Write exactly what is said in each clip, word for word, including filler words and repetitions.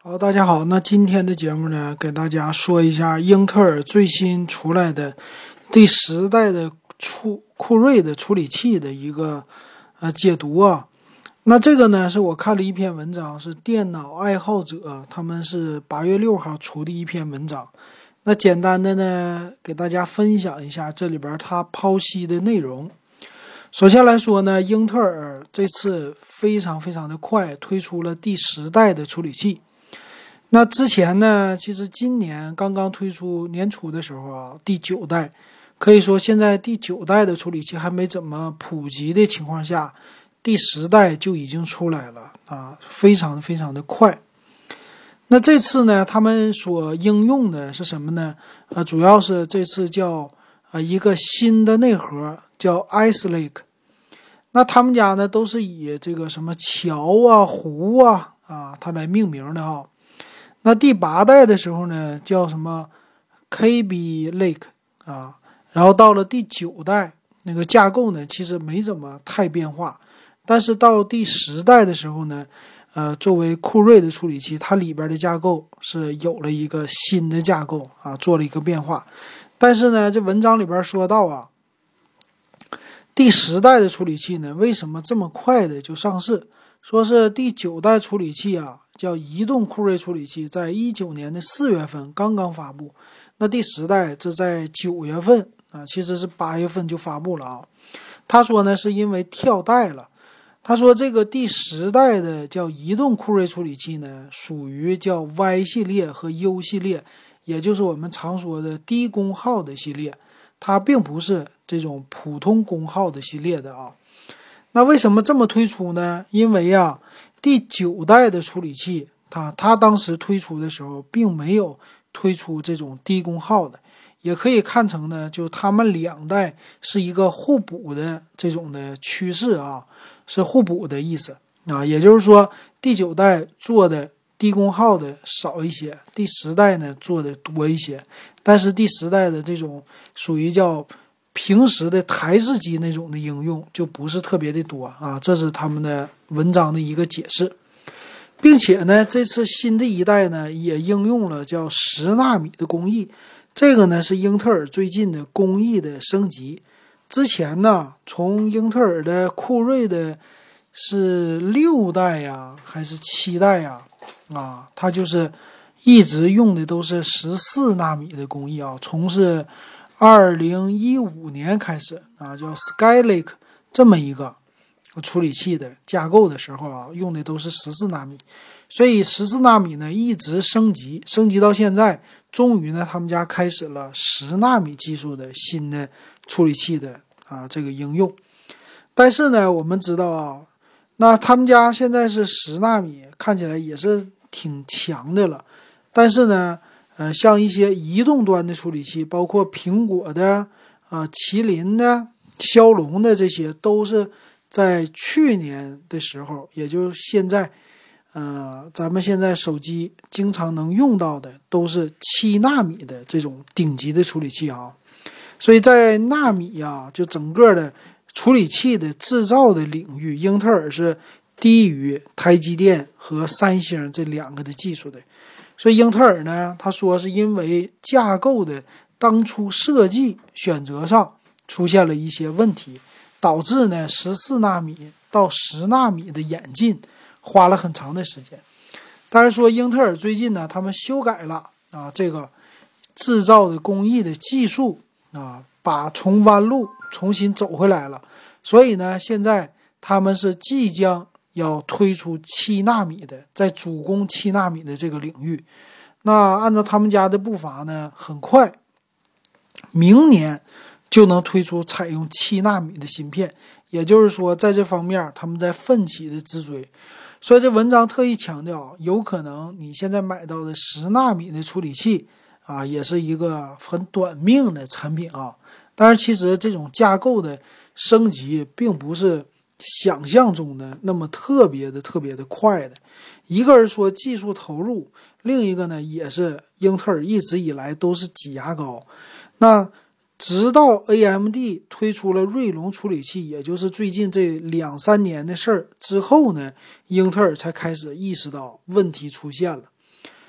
好，大家好，那今天的节目呢，给大家说一下英特尔最新出来的第十代的酷酷睿的处理器的一个呃解读啊。那这个呢，是我看了一篇文章，是电脑爱好者他们是八月六号出的一篇文章。那简单的呢，给大家分享一下这里边它剖析的内容。首先来说呢，英特尔这次非常非常的快推出了第十代的处理器。那之前呢，其实今年刚刚推出年初的时候啊，第九代，可以说现在第九代的处理器还没怎么普及的情况下，第十代就已经出来了啊，非常非常的快。那这次呢，他们所应用的是什么呢？呃，主要是这次叫呃一个新的内核叫 Ice Lake。那他们家呢都是以这个什么桥啊、湖啊啊它来命名的哈。那第八代的时候呢，叫什么 Kaby Lake 啊，然后到了第九代，那个架构呢其实没怎么太变化，但是到第十代的时候呢，呃，作为酷睿的处理器，它里边的架构是有了一个新的架构啊，做了一个变化。但是呢，这文章里边说到啊，第十代的处理器呢，为什么这么快的就上市？说是第九代处理器啊，叫移动酷睿处理器，在一九年的四月份刚刚发布。那第十代这在九月份啊，其实是八月份就发布了啊。他说呢，是因为跳代了。他说这个第十代的叫移动酷睿处理器呢，属于叫 Y 系列和 U 系列，也就是我们常说的低功耗的系列，它并不是这种普通功耗的系列的啊。那为什么这么推出呢？因为啊，第九代的处理器，它它当时推出的时候，并没有推出这种低功耗的，也可以看成呢，就他们两代是一个互补的这种的趋势啊，是互补的意思啊。也就是说，第九代做的低功耗的少一些，第十代呢做的多一些，但是第十代的这种属于叫平时的台式机那种的应用就不是特别的多啊，这是他们的文章的一个解释。并且呢，这次新的一代呢也应用了叫十纳米的工艺，这个呢是英特尔最近的工艺的升级。之前呢，从英特尔的酷睿的是六代呀还是七代呀啊，它就是一直用的都是十四纳米的工艺啊，从是二零一五年开始啊，叫 Skylake 这么一个处理器的架构的时候啊，用的都是十四纳米，所以十四纳米呢一直升级，升级到现在，终于呢他们家开始了十纳米技术的新的处理器的啊这个应用。但是呢，我们知道啊，那他们家现在是十纳米，看起来也是挺强的了，但是呢。呃，像一些移动端的处理器，包括苹果的、啊、呃、麒麟的、骁龙的，这些都是在去年的时候，也就是现在，呃，咱们现在手机经常能用到的，都是七纳米的这种顶级的处理器啊。所以在纳米啊，就整个的处理器的制造的领域，英特尔是低于台积电和三星这两个的技术的。所以英特尔呢，他说是因为架构的当初设计选择上出现了一些问题，导致呢十四纳米到十纳米的演进花了很长的时间。但是说英特尔最近呢，他们修改了啊这个制造的工艺的技术啊，把从弯路重新走回来了。所以呢，现在他们是即将要推出七纳米的，在主攻七纳米的这个领域。那按照他们家的步伐呢，很快明年就能推出采用七纳米的芯片，也就是说在这方面他们在奋起的直追。所以这文章特意强调，有可能你现在买到的十纳米的处理器啊，也是一个很短命的产品啊。但是其实这种架构的升级并不是想象中的那么特别的特别的快的。一个是说技术投入，另一个呢也是英特尔一直以来都是挤牙膏。那直到 A M D 推出了锐龙处理器，也就是最近这两三年的事儿之后呢，英特尔才开始意识到问题出现了。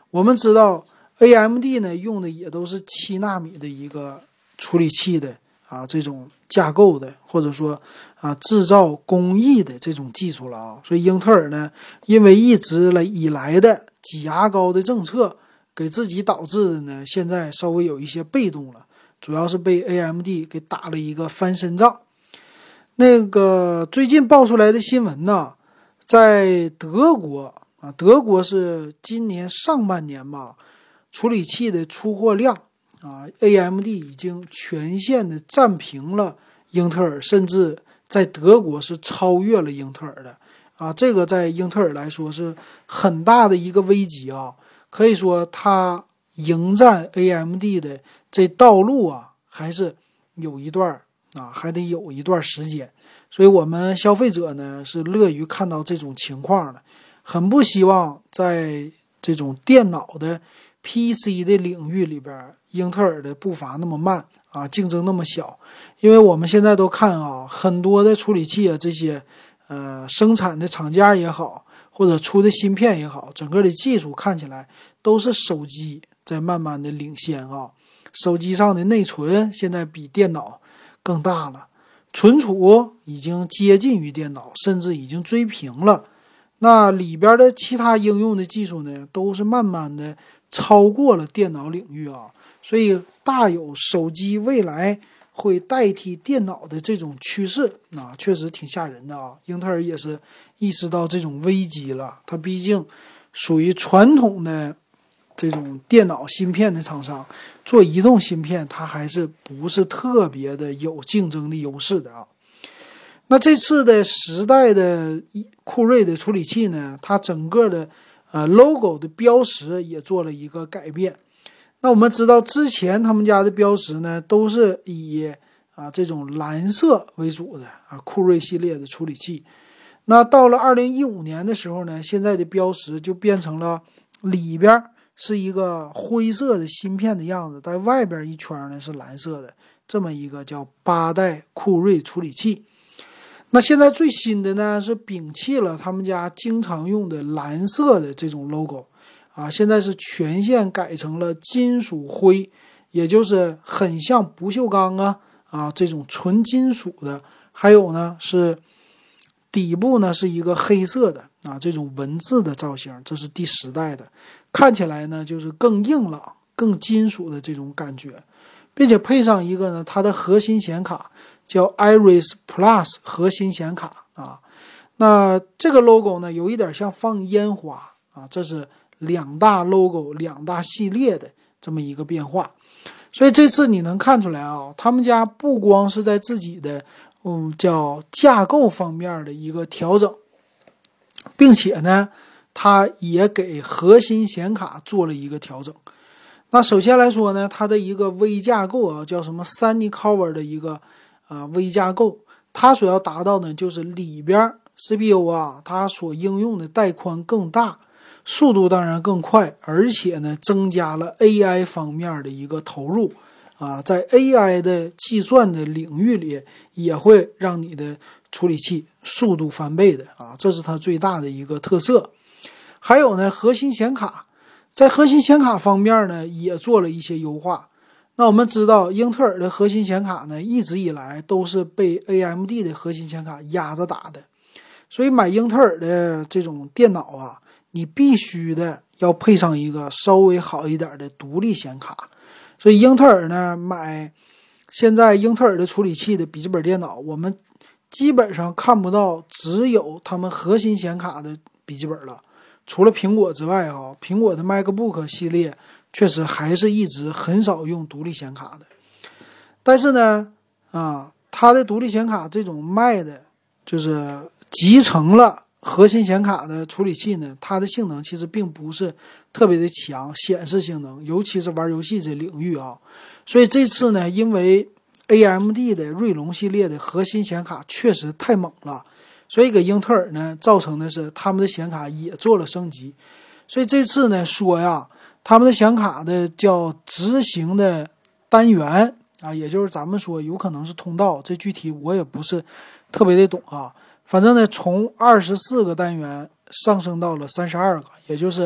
我们知道 A M D 呢用的也都是七纳米的一个处理器的啊这种架构的，或者说啊制造工艺的这种技术了啊。所以英特尔呢，因为一直以来的挤牙膏的政策，给自己导致的呢，现在稍微有一些被动了，主要是被 A M D 给打了一个翻身仗。那个最近爆出来的新闻呢，在德国啊，德国是今年上半年吧，处理器的出货量啊 ，A M D 已经全线的占平了英特尔，甚至在德国是超越了英特尔的啊。这个在英特尔来说是很大的一个危机啊，可以说它迎战 A M D 的这道路啊，还是有一段啊，还得有一段时间。所以我们消费者呢是乐于看到这种情况的，很不希望在这种电脑的 P C 的领域里边，英特尔的步伐那么慢啊，竞争那么小。因为我们现在都看啊，很多的处理器啊，这些呃生产的厂家也好，或者出的芯片也好，整个的技术看起来都是手机在慢慢的领先啊。手机上的内存现在比电脑更大了，存储已经接近于电脑，甚至已经追平了。那里边的其他应用的技术呢，都是慢慢的超过了电脑领域啊，所以大有手机未来会代替电脑的这种趋势啊，确实挺吓人的啊。英特尔也是意识到这种危机了，它毕竟属于传统的这种电脑芯片的厂商，做移动芯片它还是不是特别的有竞争的优势的啊。那这次的十代的酷睿的处理器呢，它整个的呃 logo 的标识也做了一个改变。那我们知道之前他们家的标识呢都是以啊这种蓝色为主的啊酷睿系列的处理器。那到了二零一五年的时候呢，现在的标识就变成了里边是一个灰色的芯片的样子，在外边一圈呢是蓝色的，这么一个叫八代酷睿处理器。那现在最新的呢是摒弃了他们家经常用的蓝色的这种 logo 啊，现在是全线改成了金属灰，也就是很像不锈钢啊啊这种纯金属的，还有呢是底部呢是一个黑色的啊这种文字的造型，这是第十代的，看起来呢就是更硬朗、更金属的这种感觉，并且配上一个呢它的核心显卡叫 Iris Plus 核心显卡啊。那这个 logo 呢有一点像放烟花啊，这是两大 logo 两大系列的这么一个变化。所以这次你能看出来啊，他们家不光是在自己的嗯叫架构方面的一个调整，并且呢它也给核心显卡做了一个调整。那首先来说呢，它的一个微架构啊，叫什么 Sunny Cover 的一个啊微架构，它所要达到呢就是里边 C P U 啊，它所应用的带宽更大，速度当然更快，而且呢增加了 A I 方面的一个投入啊，在 A I 的计算的领域里也会让你的处理器速度翻倍的啊，这是它最大的一个特色。还有呢，核心显卡在核心显卡方面呢也做了一些优化。那我们知道英特尔的核心显卡呢一直以来都是被 A M D 的核心显卡压着打的，所以买英特尔的这种电脑啊，你必须的要配上一个稍微好一点的独立显卡。所以英特尔呢买现在英特尔的处理器的笔记本电脑，我们基本上看不到只有他们核心显卡的笔记本了，除了苹果之外啊，苹果的 MacBook 系列确实还是一直很少用独立显卡的。但是呢啊，它的独立显卡这种卖的就是集成了核心显卡的处理器呢，它的性能其实并不是特别的强，显示性能尤其是玩游戏这领域啊。所以这次呢，因为 A M D 的锐龙系列的核心显卡确实太猛了，所以给英特尔呢造成的是他们的显卡也做了升级。所以这次呢说呀，他们的显卡的叫执行的单元啊，也就是咱们说有可能是通道，这具体我也不是特别的懂啊。反正呢从二十四个单元上升到了三十二个，也就是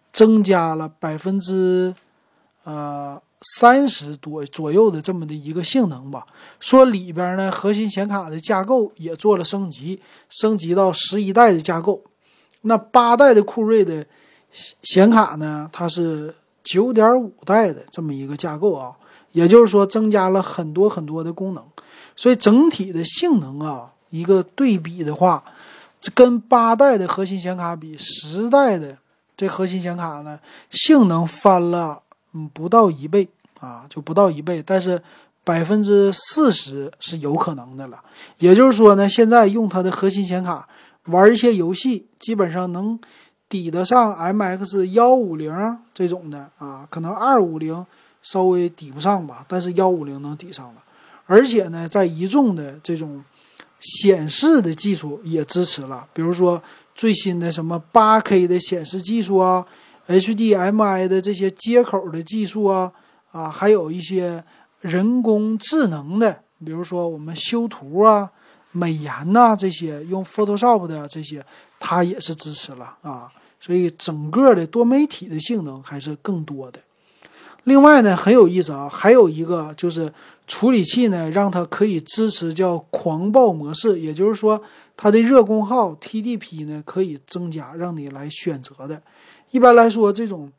增加了百分之呃三十多左右的这么的一个性能吧。说里边呢核心显卡的架构也做了升级，升级到十一代的架构。那八代的酷睿的显卡呢，它是 九点五 代的这么一个架构啊，也就是说增加了很多很多的功能。所以整体的性能啊，一个对比的话，这跟八代的核心显卡比，十代的这核心显卡呢，性能翻了嗯不到一倍啊，就不到一倍，但是百分之四十是有可能的了。也就是说呢，现在用它的核心显卡玩一些游戏，基本上能抵得上 M X 一五零 这种的啊，可能二五零稍微抵不上吧，但是一五零能抵上了。而且呢，在一众的这种显示的技术也支持了，比如说最新的什么 八 K 的显示技术啊， H D M I 的这些接口的技术啊，啊，还有一些人工智能的，比如说我们修图啊、美颜呐、啊、这些用 Photoshop 的这些，它也是支持了啊。所以整个的多媒体的性能还是更多的。另外呢，很有意思啊，还有一个就是处理器呢，让它可以支持叫狂暴模式，也就是说它的热功耗 T D P 呢可以增加，让你来选择的。一般来说，这种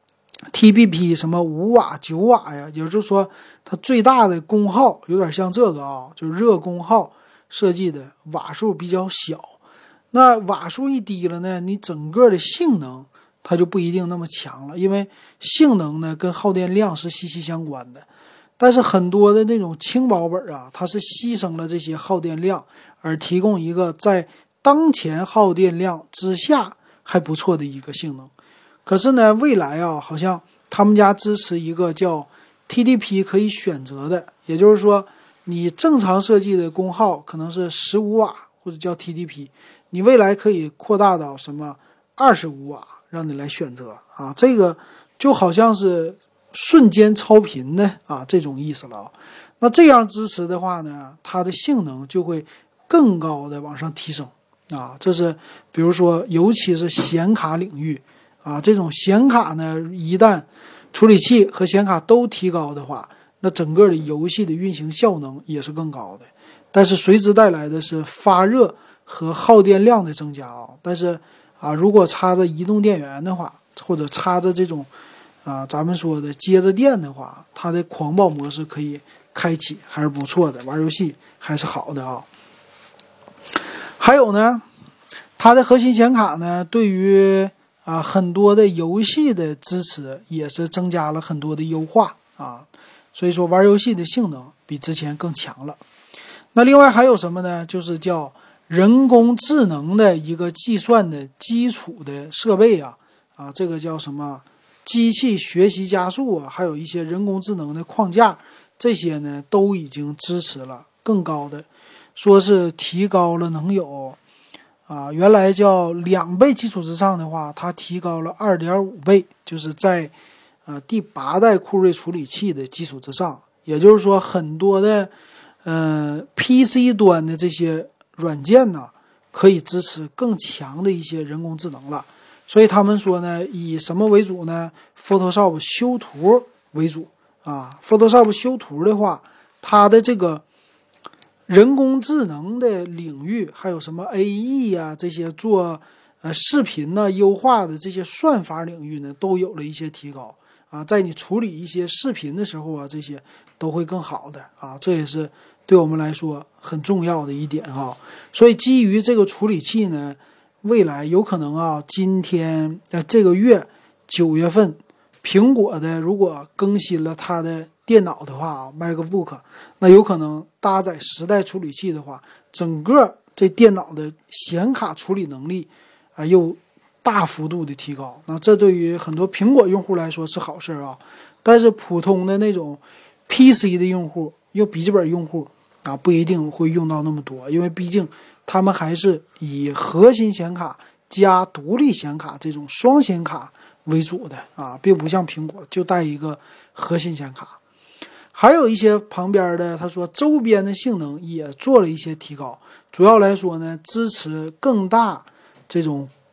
T D P 什么五瓦、九瓦呀，也就是说它最大的功耗有点像这个啊，就是热功耗设计的瓦数比较小。那瓦数一低了呢，你整个的性能它就不一定那么强了，因为性能呢跟耗电量是息息相关的。但是很多的那种轻薄本啊，它是牺牲了这些耗电量，而提供一个在当前耗电量之下还不错的一个性能。可是呢，未来啊，好像他们家支持一个叫 T D P 可以选择的，也就是说你正常设计的功耗可能是十五瓦或者叫 T D P， 你未来可以扩大到什么二十五瓦，让你来选择啊，这个就好像是瞬间超频的啊这种意思了啊。那这样支持的话呢，它的性能就会更高的往上提升啊。这是比如说，尤其是显卡领域啊，这种显卡呢，一旦处理器和显卡都提高的话，那整个的游戏的运行效能也是更高的。但是随之带来的是发热和耗电量的增加啊。但是啊，如果插着移动电源的话，或者插着这种啊咱们说的接着电的话，它的狂暴模式可以开启，还是不错的，玩游戏还是好的啊。还有呢，它的核心显卡呢，对于啊很多的游戏的支持也是增加了很多的优化啊，所以说玩游戏的性能比之前更强了。那另外还有什么呢？就是叫人工智能的一个计算的基础的设备啊，啊，这个叫什么机器学习加速啊，还有一些人工智能的框架，这些呢都已经支持了更高的，说是提高了能有啊，原来叫两倍基础之上的话，它提高了 二点五 倍，就是在啊第八代酷睿处理器的基础之上，也就是说很多的呃 P C 端的这些软件呢，可以支持更强的一些人工智能了。所以他们说呢，以什么为主呢？ Photoshop 修图为主啊。Photoshop 修图的话，它的这个人工智能的领域，还有什么 A E 啊，这些做呃视频呢优化的这些算法领域呢，都有了一些提高啊。在你处理一些视频的时候啊，这些都会更好的啊。这也是对我们来说很重要的一点哈。所以基于这个处理器呢，未来有可能啊，今天呃这个月九月份，苹果的如果更新了它的电脑的话啊 ，MacBook， 那有可能搭载十代处理器的话，整个这电脑的显卡处理能力啊、呃、又大幅度的提高。那这对于很多苹果用户来说是好事啊，但是普通的那种 P C 的用户，又笔记本用户啊，不一定会用到那么多，因为毕竟他们还是以核心显卡加独立显卡这种双显卡为主的啊，并不像苹果就带一个核心显卡。还有一些旁边的，他说周边的性能也做了一些提高，主要来说呢，支持更大这种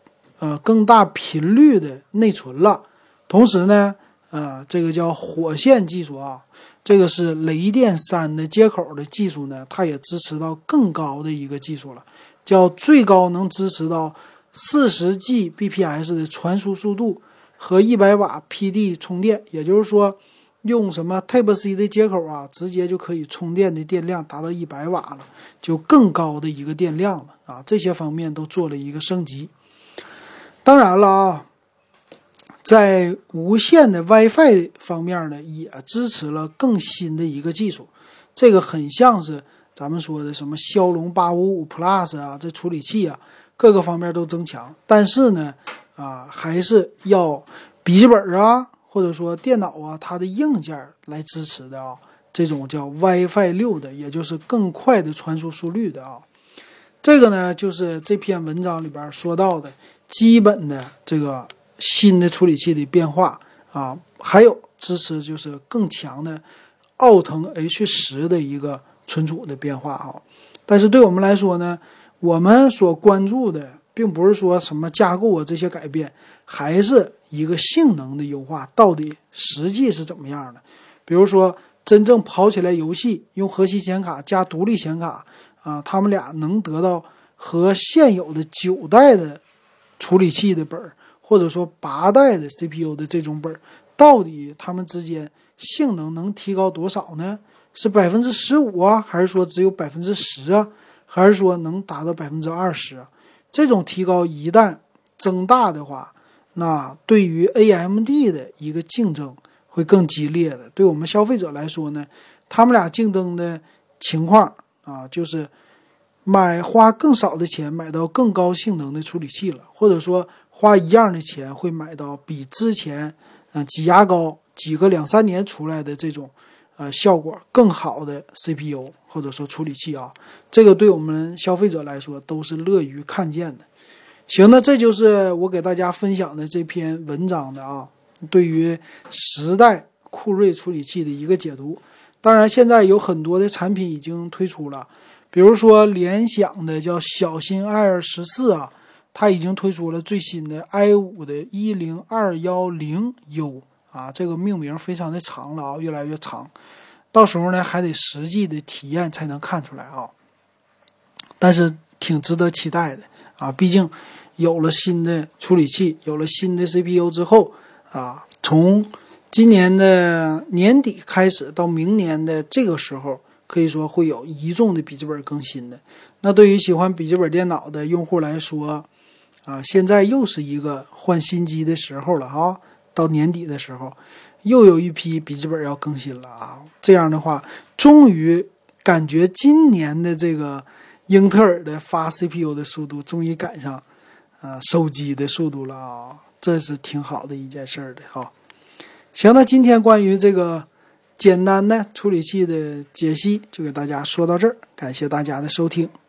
呃更大频率的内存了。同时呢，呃，这个叫火线技术啊，这个是雷电三的接口的技术呢，它也支持到更高的一个技术了，叫最高能支持到四十 G B P S 的传输速度和一百瓦 P D 充电，也就是说用什么 Type C 的接口啊，直接就可以充电的电量达到一百瓦了，就更高的一个电量了啊，这些方面都做了一个升级。当然了啊，在无线的 WiFi 方面呢，也支持了更新的一个技术，这个很像是咱们说的什么骁龙八五五 Plus 啊，这处理器啊各个方面都增强，但是呢啊，还是要笔记本啊或者说电脑啊它的硬件来支持的啊，这种叫 WiFi 六的，也就是更快的传输速率的啊。这个呢就是这篇文章里边说到的基本的这个新的处理器的变化啊，还有支持就是更强的奥腾 H 十 的一个存储的变化啊。但是对我们来说呢，我们所关注的并不是说什么架构啊这些改变，还是一个性能的优化到底实际是怎么样的。比如说真正跑起来游戏用核心显卡加独立显卡啊，他们俩能得到和现有的九代的处理器的本或者说八代的 C P U 的这种本，到底他们之间性能能提高多少呢？是 百分之十五 啊，还是说只有 百分之十 啊，还是说能达到 百分之二十 啊？这种提高一旦增大的话，那对于 A M D 的一个竞争会更激烈的。对我们消费者来说呢，他们俩竞争的情况啊，就是买花更少的钱买到更高性能的处理器了，或者说花一样的钱会买到比之前呃挤牙膏几个两三年出来的这种呃效果更好的 C P U 或者说处理器啊，这个对我们消费者来说都是乐于看见的。行，那这就是我给大家分享的这篇文章的啊，对于十代酷睿处理器的一个解读。当然现在有很多的产品已经推出了，比如说联想的叫小新 Air 十四啊，它已经推出了最新的 i 五 的一零二一零 U 啊，这个命名非常的长了啊，越来越长，到时候呢还得实际的体验才能看出来啊，但是挺值得期待的啊，毕竟有了新的处理器，有了新的 C P U 之后啊，从今年的年底开始到明年的这个时候，可以说会有一众的笔记本更新的。那对于喜欢笔记本电脑的用户来说啊，现在又是一个换新机的时候了啊，到年底的时候又有一批笔记本要更新了啊。这样的话，终于感觉今年的这个英特尔的发 C P U 的速度终于赶上啊手机的速度了啊，这是挺好的一件事的哈。行，那今天关于这个简单的处理器的解析就给大家说到这儿，感谢大家的收听。